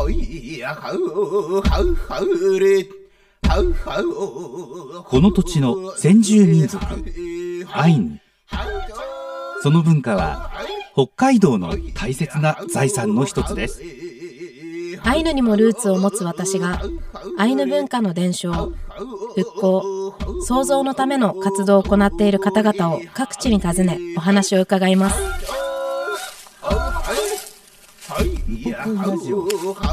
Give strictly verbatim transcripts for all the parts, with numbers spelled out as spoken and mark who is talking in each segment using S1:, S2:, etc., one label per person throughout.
S1: この土地の先住民族アイヌ。その文化は北海道の大切な財産の一つです。
S2: アイヌにもルーツを持つ私がアイヌ文化の伝承、復興、創造のための活動を行っている方々を各地に訪ねお話を伺います。
S1: ウポポイラジオ。ウ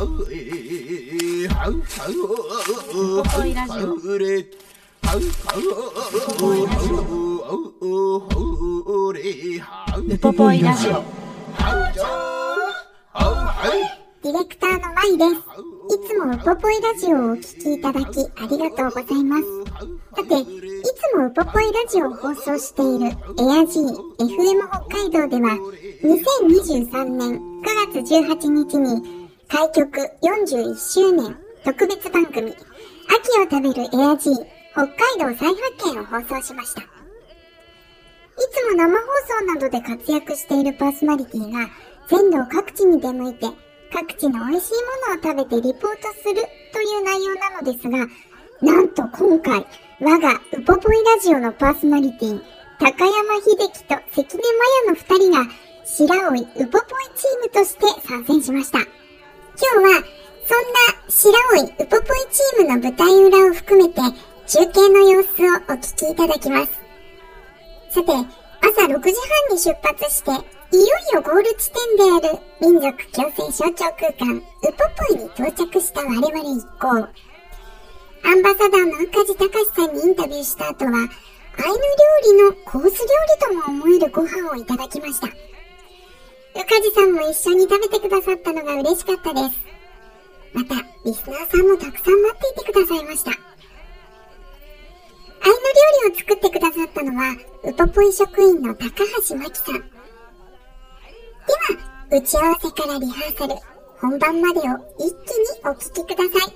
S2: ポポイラジオ。ウポポイラジオ。
S3: ディレクターのまいです。いつもウポポイラジオをお聞きいただきありがとうございます。さて、いつもウポポイラジオを放送しているエアジー エフエム 北海道ではにせんにじゅうさんねんくがつじゅうはちにちに開局よんじゅういっしゅうねん特別番組秋を食べるエアジー北海道再発見を放送しました。いつも生放送などで活躍しているパーソナリティが全道各地に出向いて各地の美味しいものを食べてリポートするという内容なのですが、なんと今回我がウポポイラジオのパーソナリティ高山秀樹と関根麻也のふたりが白老ウポポイチームとして参戦しました。今日はそんな白老ウポポイチームの舞台裏を含めて中継の様子をお聞きいただきます。さて、朝ろくじはんに出発していよいよゴール地点である民族共生象徴空間ウポポイに到着した我々一行。アンバサダーの宇梶隆さんにインタビューした後はアイヌ料理のコース料理とも思えるご飯をいただきました。宇梶さんも一緒に食べてくださったのが嬉しかったです。またリスナーさんもたくさん待っていてくださいました。アイヌ料理を作ってくださったのはウポポイ職員の高橋真希さん。では打ち合わせからリハーサル本番までを一気にお聞きください。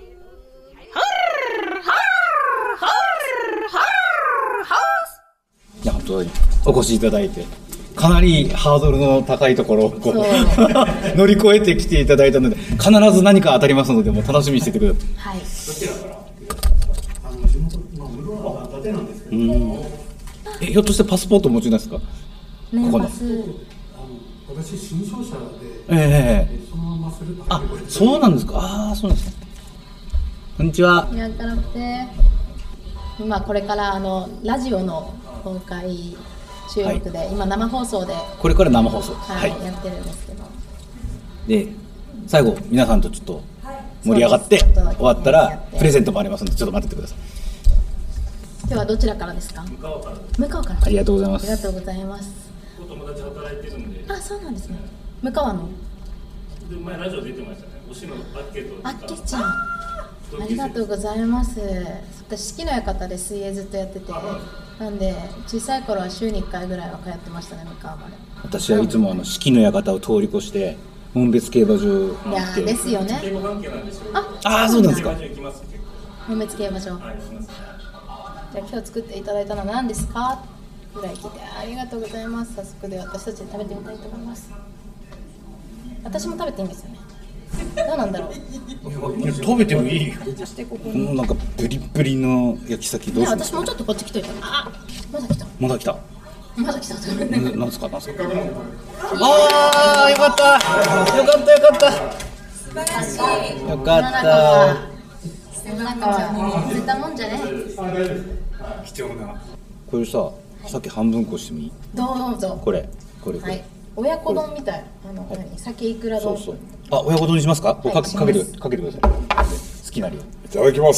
S4: いや本当にお越しいただいてかなりハードルの高いところをこう乗り越えてきていただいたので必ず何か当たりますのでもう楽しみにしててください。はい。どちらからあの地元まあ室は伊達なんですけど、うん、えひょっとしてパスポートお持ちですか？
S2: ね、
S4: ここの
S5: 私新商社で、
S4: ええ
S5: ー、そのままする
S4: あそうなんですか。ああそうなんですね。こんにちは。
S2: いらっしゃいませ。今これからあのラジオの公開収録で、はい、今生放送で
S4: これから生放送、
S2: はいはい、やってるんですけど
S4: で最後皆さんとちょっと盛り上がって終わったらプレゼントもありますのでちょっと待っててください。
S2: 今日はどちらからですか？向川から。向川から。
S4: ありがとうございます。
S2: ありがとうございます。
S5: お友達働いてるんで。
S2: あ、そうなんですね。向川の
S5: で前ラジオ出てましたね。推しのアッケーと
S2: あっけちゃんありがとうございます。私四季の館で水泳ずっとやってて、なんで小さい頃は週にいっかいぐらいは通ってましたね、向川まで。
S4: 私はいつもあの四季の館を通り越して門別競馬場に行って。
S2: いやですよね。
S5: 競馬関係なんですよ。
S2: あ
S4: あそうなんですか。
S2: 門別競馬場。
S5: はい、行きます。
S2: じゃあ今日作っていただいたのは何ですかぐらい聞いて、ありがとうございます。早速で私たちで食べてみたいと思います。私も食べていいんですよね。どうなんだろう。
S4: 食べてもいいよ。
S2: してここ
S4: このなんかブリブリの焼き先どうするんですか？
S2: 私もうちょっとこっち来といた。あ、まだ来た。
S4: まだ来た。
S2: まだ来た。
S4: なんですかなんですか。ああよかったよかったよかった。
S2: 素晴らしい。
S4: よかった。
S2: 世の中は捨てたもんじゃね。
S5: 貴重な。
S4: これさ、さっき半分こしてもいい？
S2: どうぞ。
S4: これこれこれ。
S2: はい。親子丼みたい。あの何？鮭いくら丼。
S4: そうそう。あ、親子丼にしますか？はい、かけかけてかけてください。好きな量。い
S5: ただきます。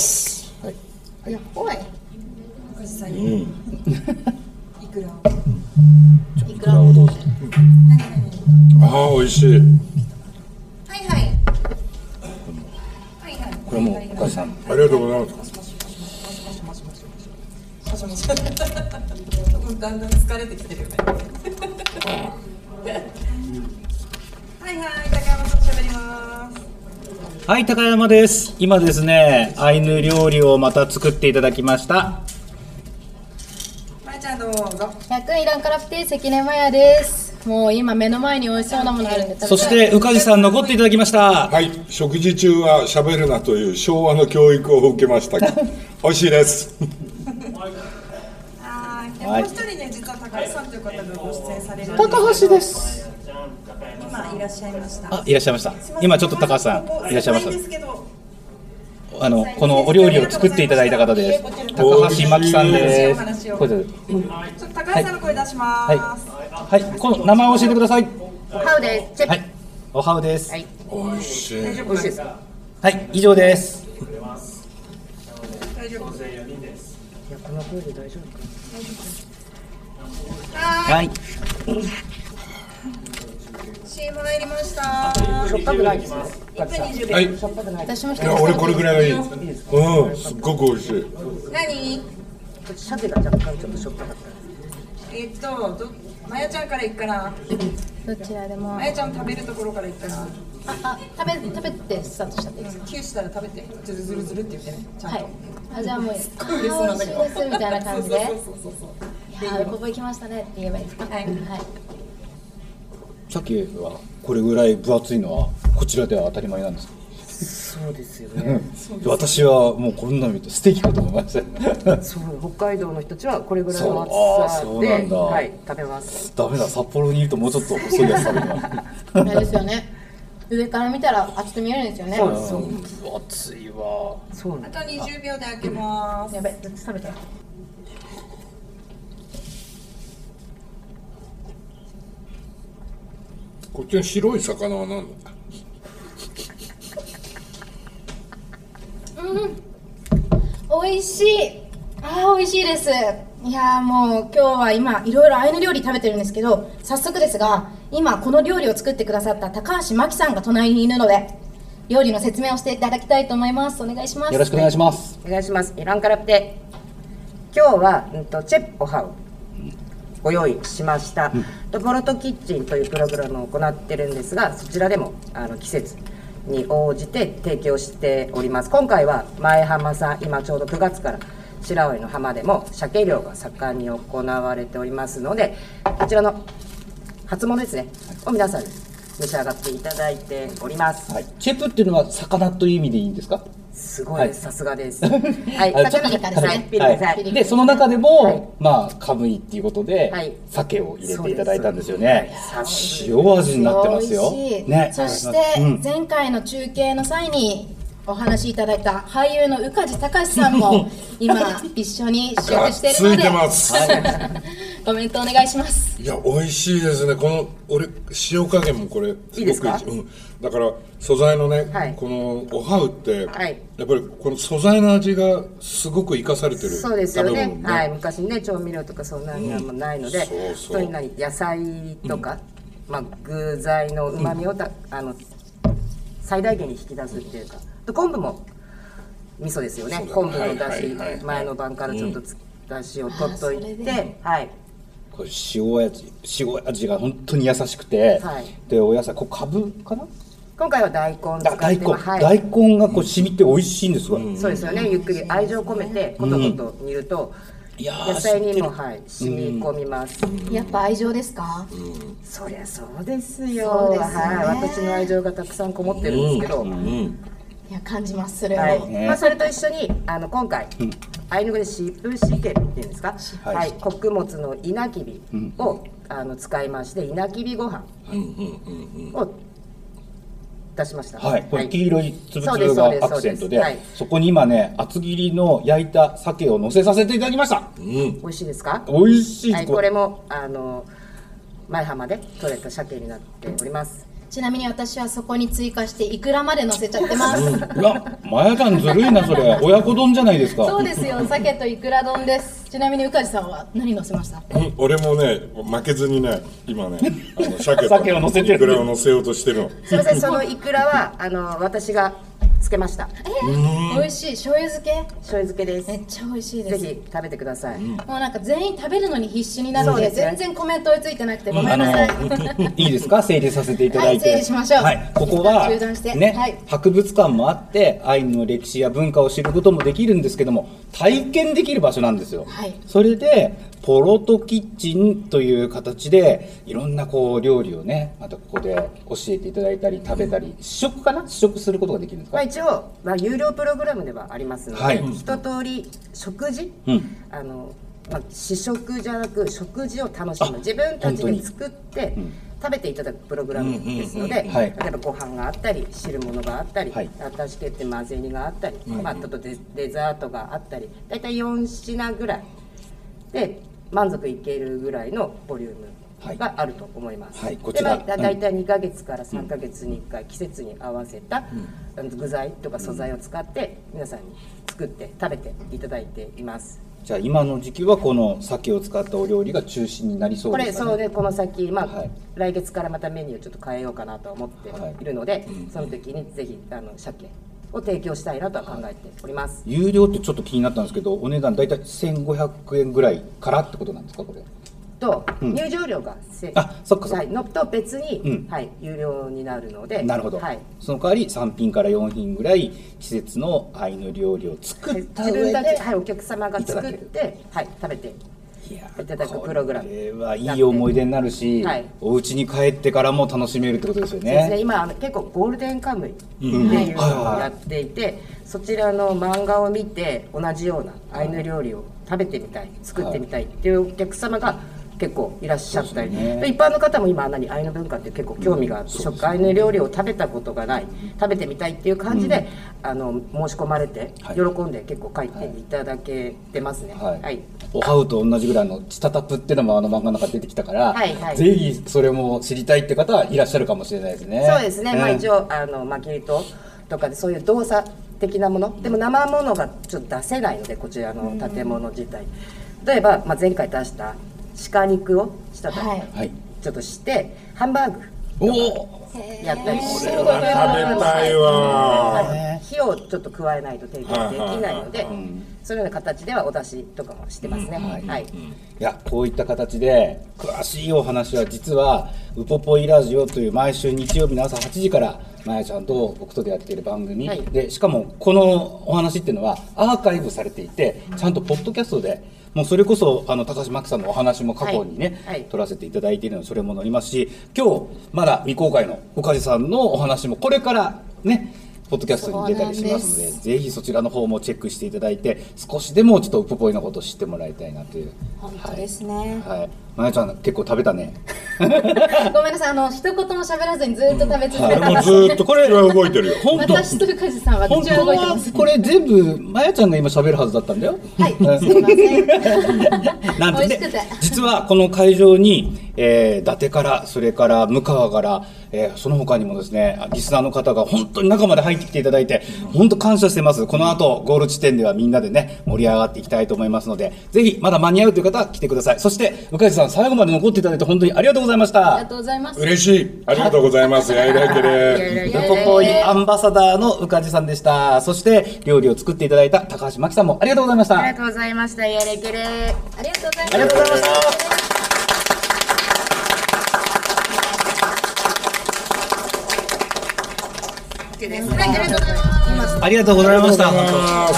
S4: はい。
S2: いや、おい。
S4: うん。
S2: いくら。
S4: いくらをどうぞ。
S5: ああ、美味しい。
S2: はいはい。
S4: これもお母さん。
S5: ありがとうございます。
S6: だんだん疲れてきてるよね。はいはい、高山と喋ります。
S4: はい、高山です。今ですね、アイヌ料理をまた作っていただきました。
S6: まやちゃんどうぞ。
S2: ひゃくえんいらんからふて関根麻也です。 もう今目の前に美味しそうなものあるんで。
S4: そして宇梶さん残っていただきました。
S7: はい、食事中は喋るなという昭和の教育を受けましたが美味しいです。
S6: はい。もう一人ね、実は高橋さんという方がご出演されるんですけど。
S4: 高橋です。
S6: 今いらっしゃいました。
S4: あ、いらっしゃいました。今ちょっと高橋さんいらっしゃいました。
S6: ですけど
S4: あのこのお料理を作っていただいた方です。高橋真希さんです。これで。
S6: ちょっと高橋さんの声出します。
S4: はい。はい。この名前を教えてください。
S8: おはうです。
S4: はい。おはうです。
S8: はい。
S7: 美味しい。
S8: 美味しいですか。
S4: はい。以上です。
S6: 大丈夫。
S8: いや、この声で大丈夫か。
S4: はい。
S6: シーエム 入りました。
S8: しょっぱくないですね。
S6: いっぷんにじゅうびょう。
S7: はい。
S8: しょっぱくない。
S2: 私も
S7: いや、俺これぐらいがいい。うん、すっごく美味しい。
S6: 何？
S8: 鮭が若干ちょっとしょっぱかった。
S6: えっと、どまやちゃんからいくかな。
S2: どちらでも。
S6: まやちゃん食べるところからいくかな。
S2: あ、あ、食べ食べてスタートしちゃっていいですか。
S6: キューしたら食べて、ズルズルズルって言ってね。ちゃんと。
S2: はい。あ、じゃあもう、あ、美味しいですみたいな感じで。いやー、ここ行きましたねって言えばいいですか。
S6: はい。
S2: はい。
S4: 鮭はこれぐらい分厚いのはこちらでは当たり前なんですか。
S8: そうですよね。
S4: 私はもうこんなの見てステーキかと思いました。
S8: そう、北海道の人たちはこれぐらいの厚さ
S4: そうあーそう
S8: で、
S4: なんだ
S8: はい、食べます。
S4: ダメだ、札幌にいるともうちょっと細いやつ食べてます。
S2: あれですよね。上から見たら熱く見えるんですよね。
S8: そうです。そう
S4: 分厚いわ。
S8: そうなん
S6: あとにじゅうびょうで開けます。
S2: やべ、ずっと食べて。
S7: こっちの白い魚は何だ。
S2: 美味しい。あー、美味しいです。いやー、もう今日は今いろいろアイヌ料理食べてるんですけど、早速ですが今この料理を作ってくださった高橋真希さんが隣にいるので料理の説明をしていただきたいと思います。お願いします。
S4: よろしくお願いします。
S8: お願いします。イランカラプテ。今日は、うんと、チェッオハウご用意しました、うん、ボロトキッチンというプログラムを行ってるんですが、そちらでもあの季節に応じて提供しております。今回は前浜さん、今ちょうどくがつから白老の浜でも鮭漁が盛んに行われておりますので、こちらの初物ですねを皆さんに召し上がっていただいております、
S4: はい、チェプっていうのは魚という意味でいいんですか。
S8: すごいです、さすがです。はい、
S4: あ
S2: ちょっとピリカですね。
S8: ピリカです、はい。
S4: でその中でも、
S8: はい、
S4: まあカムイっていうことで、はい、鮭を入れていただいたんですよね。塩味になってますよ。
S2: ね、そして前回の中継の際にお話しいただいた俳優の宇梶隆さんも今一緒に試食しているので
S7: ついてます、はい、
S2: コメントお願いします。
S7: いや美味しいですね。この俺塩加減もこれすごくいい。
S8: いいですか。
S7: うん、だから素材のね、はい、このおはうって、はい、やっぱりこの素材の味がすごく生かされてる食べ物ね。
S8: そうですよね。はい、昔ね調味料とかそんなのもないので、うん、そうそうになり野菜とか、うん、まあ具材の旨味をた、うん、あの最大限に引き出すっていうか。昆布も味噌ですよね。昆布の出汁、はいはいはい、前の晩からちょっと出汁を取っといて、うん、はい。
S4: これ塩味、塩味が本当に優しくて、はい、でお野菜、これカブかな？
S8: 今回は大根使って
S4: 大根、はい、大根がこう染みて美味しいんですわ、うん。
S8: そうですよね。ゆっくり愛情を込めてコトコト煮ると、うん、野菜にもはい染み込みます。
S2: うん、やっぱ愛情ですか？
S8: うん、そりゃそうですよ。ですね、はい。私の愛情がたくさんこもってるんですけど。うんうん
S2: いや感じますそれを、
S8: はいまあ、それと一緒にあの今回、うん、アイヌ語でシップシケっていうんですか、はいはい、穀物の稲きびを、うん、あの使いまして稲きびご飯を出しました。
S4: はい、これ黄色いつぶつぶがアクセントで、はい、そこに今ね厚切りの焼いた鮭を乗せさせていただきました。うん、
S8: 美味しいですか？
S4: 美味しい、
S8: はい、これもあの前浜で取れた鮭になっております。
S2: ちなみに私はそこに追加してイクラまで乗せちゃってます。うん、
S4: いや、まやちゃんずるいなそれ。親子丼じゃないですか。
S2: そうですよ、鮭とイクラ丼です。ちなみに宇梶さんは何乗せました？
S7: うん、俺もね負けずにね今ねあの鮭
S4: とイク
S7: ラを乗せようとしてるの。
S8: すみません、そのイクラはあの私がつけました。
S2: えー、美味しい醤油漬け？
S8: 醤油漬けです。
S2: めっちゃ美味しいです。
S8: ぜひ食べてください。うん、
S2: もうなんか全員食べるのに必死になって、ね、全然コメント追いついてなくてごめんなさい。
S4: いいですか？整理させていただいて。
S2: はい、整理しましょう。
S4: はい、ここはね、はい、博物館もあってアイヌの歴史や文化を知ることもできるんですけども、 体験できる場所なんですよ。
S2: はい、
S4: それでポロトキッチンという形でいろんなこう料理をね、またここで教えていただいたり食べたり、試食かな、試食することができるんですか？
S8: まあ、一応、まあ、有料プログラムではありますので、はい、一通り食事、うん、あのまあ、試食じゃなく食事を楽しむ、自分たちで作って、うん、食べていただくプログラムですので、例えばご飯があったり汁物があったり、はい、私系って混ぜ煮があったり、うん、まあ、ちょっと デ, デザートがあったり、だいたいよん品ぐらいで満足いけるぐらいのボリュームがあると思います。はい、こちらで、まあ、だいたいにかげつからさんかげつにいっかい、季節に合わせた、うん、具材とか素材を使って皆さんに作って食べていただいています。
S4: じゃあ今の時期はこの鮭を使ったお料理が中心になりそうですかね。
S8: これそうで、この先、まあ、はい、来月からまたメニューをちょっと変えようかなと思っているので、はい、その時にぜひあの鮭を提供したいなとは考えております。
S4: 有料ってちょっと気になったんですけど、お値段だいたいせんごひゃくえんぐらいからってことなんですか、これ？
S8: と、うん、入場料がせ
S4: あそっかそっか、
S8: はい、のと別に、うん、はい、有料になるので。
S4: なるほど、
S8: はい、
S4: その代わりさん品からよん品ぐらい季節のアイヌ料理を作った上で、
S8: 自分たち、はい、お客様が作って、はい、食べていただくプログラム。
S4: これはいい思い出になるし、はい、お家に帰ってからも楽しめるってことですよね。
S8: そうですね、今結構ゴールデンカムイっていうのをやっていて、うん、そちらの漫画を見て同じようなアイヌ料理を食べてみたい、作ってみたいっていうお客様が結構いらっしゃったり、ね、一般の方も今何アイヌ文化って結構興味があって、うん、アイヌ料理を食べたことがない、食べてみたいっていう感じで、うん、あの申し込まれて、はい、喜んで結構書いていただけてますね。はいはい、
S4: おはうと同じぐらいのチタタプっていうのもあの漫画の中で出てきたから、はいはい、ぜひそれも知りたいって方はいらっしゃるかもしれないですね。
S8: そうですね、うん、まあ、一応あのまき糸とかでそういう動作的なものでも生ものがちょっと出せないので、こちらの建物自体、うん、例えば、まあ、前回出した鹿肉をしたと、はい、ちょっとしてハンバーグやったりして、
S7: これは食べたいわ。
S8: 火をちょっと加えないと提供できないので、そういうような形ではお出しとかもしてますね。はい、はい、い
S4: や、こういった形で詳しいお話は実はウポポイラジオという毎週日曜日の朝はちじからまやちゃんと僕とでやっている番組、はい、でしかもこのお話っていうのはアーカイブされていて、ちゃんとポッドキャストでもうそれこそあの高橋真紀さんのお話も過去にね、はいはい、撮らせていただいているのでそれも載りますし、今日まだ未公開の岡地さんのお話もこれからねポッドキャストに出たりしますので、ぜひそちらの方もチェックしていただいて、少しでもちょっとウポポイのことを知ってもらいたいなという。
S2: 本当ですね。
S4: はい。はい、まやちゃん結構食べたね。
S2: ごめんなさい、あの一言も喋らずにずっと食べ続けた、
S7: うん、はい、もうずっとこれは動いてるよ。
S2: 私と岡地さんはどちら動いてます。
S4: これ全部まやちゃんが今喋るはずだったんだよ。
S2: はい。すいません。
S4: なんで、ね、実はこの会場に、えー、伊達からそれから向川から、えー、その他にもですねリスナーの方が本当に中まで入ってきていただいて本当感謝してます。この後ゴール地点ではみんなでね盛り上がっていきたいと思いますので、ぜひまだ間に合うという方は来てください。そして岡地さん、最後まで残っていただいて本当にありがとうございました。
S2: ありがとうございます。
S7: 嬉しい、ありがとうございます。やいらいけれ
S4: ウポポイアンバサダーの岡地さんでした。そして料理を作っていただいた高橋真紀さんもありがとうございました。
S8: ありがとうございました。やいらいけれ、
S2: ありがとうございました。
S4: ありがとうございました。ありがとうございました。本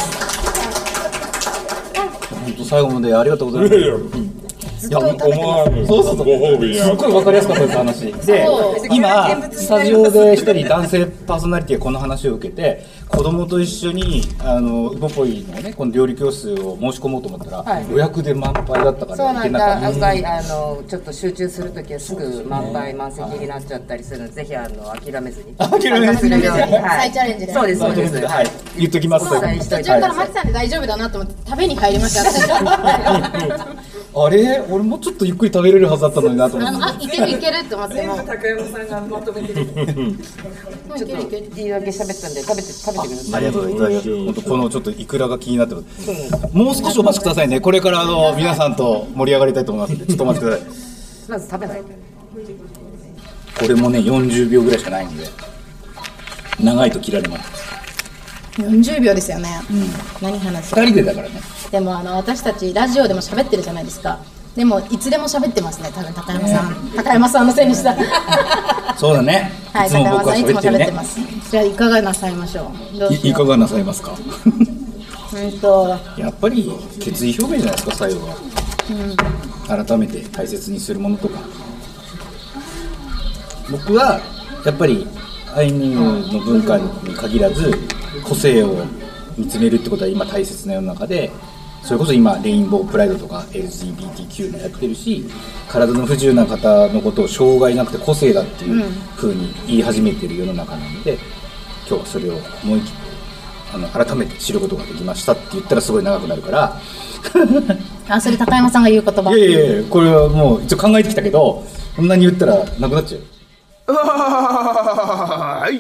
S4: 当最後までありがとうございます。
S7: いや、思わぬ
S4: そうそうそう、
S7: ご褒美
S4: すっごい分かりやすかったです話で、今スタジオで一人男性パーソナリティがこの話を受けて、子供と一緒にあのウポポイのねこの料理教室を申し込もうと思ったら、はい、予約で満杯だったから、
S8: そうなんだ。案外あのちょっと集中するときはすぐ満杯、満席になっちゃったりするので、ぜひあの諦めずに
S4: 諦めずに
S2: 再チャレンジで、
S8: そうですそうです、
S4: はい、言っときます。
S2: 途中からマキさんで大丈夫だなと思って食べに入りました。
S4: あれ、俺もうちょっとゆっくり食べれるはずだったのになと思って、
S2: あのあいけるいけるって思っても
S6: 高山さんがまとめてる。
S8: ちょっといいだけ喋ったんで食べて食べてください。
S4: ありがとうございます。本当このちょっとイクラが気になってます。もう少しお待ちくださいね。これからあの皆さんと盛り上がりたいと思いますので、ちょっとお待ちください。
S8: まず食べないと。
S4: これもねよんじゅうびょうぐらいしかないので、長いと切られます。
S2: よんじゅうびょうですよね。うん、何話す？
S4: ふたりでだからね。
S2: でもあの私たちラジオでも喋ってるじゃないですか。でもいつでも喋ってますね。多分高山さん、高山さんのせいにした。
S4: そうだね。
S2: はい、高山さんいつも喋ってます。じゃあいかがなさいましょう。
S4: いかがなさいますか。
S2: 本当。
S4: やっぱり決意表明じゃないですか、最後は。うん、改めて大切にするものとか。僕はやっぱりアイヌの文化に限らず個性を見つめるってことは今大切な世の中で、それこそ今レインボープライドとか エルジービーティーキュー もやってるし、体の不自由な方のことを障害じゃなくて個性だっていう風に言い始めてる世の中なので、今日はそれを思い切ってあの改めて知ることができましたって言ったらすごい長くなるから
S2: あ、それ高山さんが言う言葉。
S4: いやいやいや、これはもう一応考えてきたけど、こんなに言ったらなくなっちゃう。
S3: はい。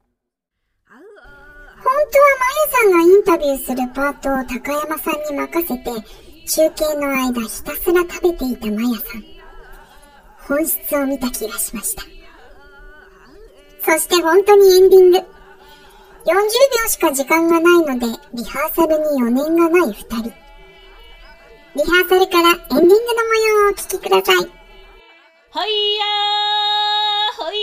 S3: 本当はまゆさんがインタビューするパートを高山さんに任せて、中継の間ひたすら食べていたまやさん。本質を見た気がしました。そして本当にエンディング。よんじゅうびょうしか時間がないので、リハーサルに余念がないふたり。リハーサルからエンディングの模様をお聞きください。
S9: ほいやーほい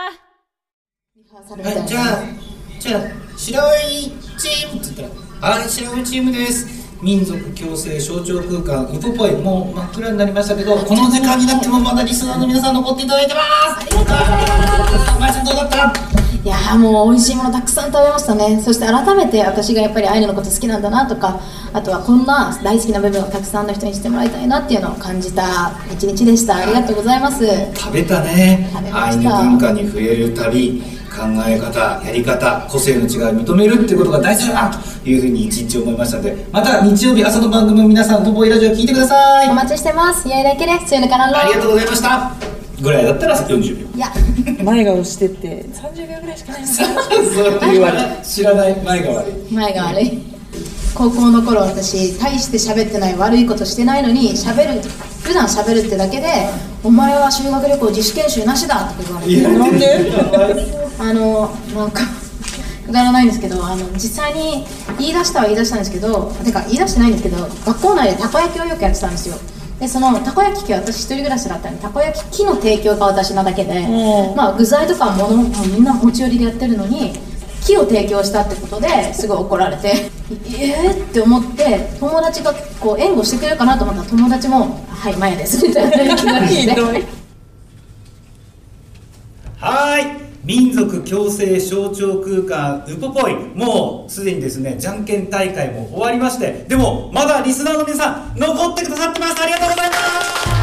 S9: やー。
S10: はい、じゃあ、じゃあ、白老チームって言ったら、はい、白老チームです。民族共生象徴空間ウポポイ、もう真っ暗になりましたけど、この時間になってもまだリスナーの皆さん残っていただいてます。ありがとうございます。まやちゃんどうだった？
S2: いやー、もう美味しいものたくさん食べましたね。そして改めて私がやっぱりアイヌのこと好きなんだなとか、あとはこんな大好きな部分をたくさんの人にしてもらいたいなっていうのを感じた一日でした。ありがとうございます。
S10: 食べたね。
S2: 食べま
S10: アイヌ
S2: した。
S10: 文化に触れる旅、考え方、やり方、個性の違いを認めるっていうことが大事だなというふうに一日思いましたので、また日曜日朝の番組も皆さんポポイラジオ聞いてください。
S2: お待ちしてます。やいだけでそういうのからの
S10: ありがとうございましたぐらいだったらよんじゅうびょう。
S2: いや
S6: 前が押してってさんじゅうびょうぐらいしかないのか
S10: そう言われ知らない前が悪い
S2: 前が悪い。高校の頃私大して喋ってない悪いことしてないのに喋る普段喋るってだけでお前は修学旅行自主研修なしだって言われて、
S6: なんで
S2: あのなんかくだらないんですけど、あの実際に言い出したは言い出したんですけど、てか言い出してないんですけど、学校内でたこ焼きをよくやってたんですよ。でそのたこ焼き器は私一人暮らしだったんで、たこ焼き器の提供が私なだけで、
S6: うん、
S2: まあ具材とかものもみんな持ち寄りでやってるのに木を提供したってことですごい怒られてえーって思って、友達がこう援護してくれるかなと思ったら友達もはいマヤですみたいな気がして
S10: はい、民族共生象徴空間ウポポイ、もうすでにですねじゃんけん大会も終わりまして、でもまだリスナーの皆さん残ってくださってます。ありがとうございます。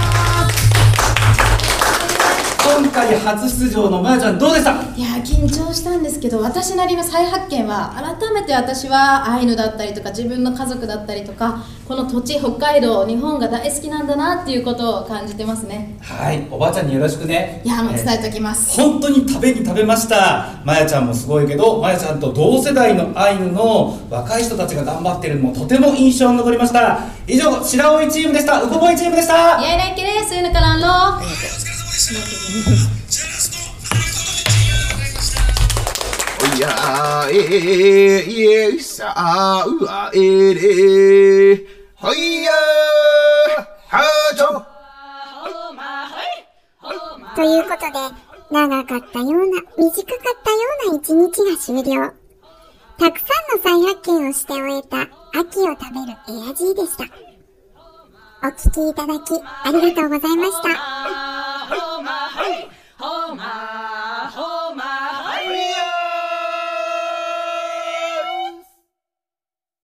S10: 今回初出場のまやちゃんどうでした？
S2: いや緊張したんですけど、私なりの再発見は改めて私はアイヌだったりとか自分の家族だったりとかこの土地北海道日本が大好きなんだなっていうことを感じてますね。
S10: はい、おばあちゃんによろしくね。
S2: いやもう伝えておきます、
S10: えー、本当に食べに食べました。まやちゃんもすごいけど、まやちゃんと同世代のアイヌの若い人たちが頑張ってるのもとても印象に残りました。以上白老チームでした。ウポポイチームでした。
S2: イエイレイケレスユヌカランロー。
S11: いやーえーいえさあうわえれほいやーはーちょ
S3: ということで、長かったような、短かったような一日が終了。たくさんの再発見をして終えた秋を食べるエアジーでした。お聞きいただきありがとうございました。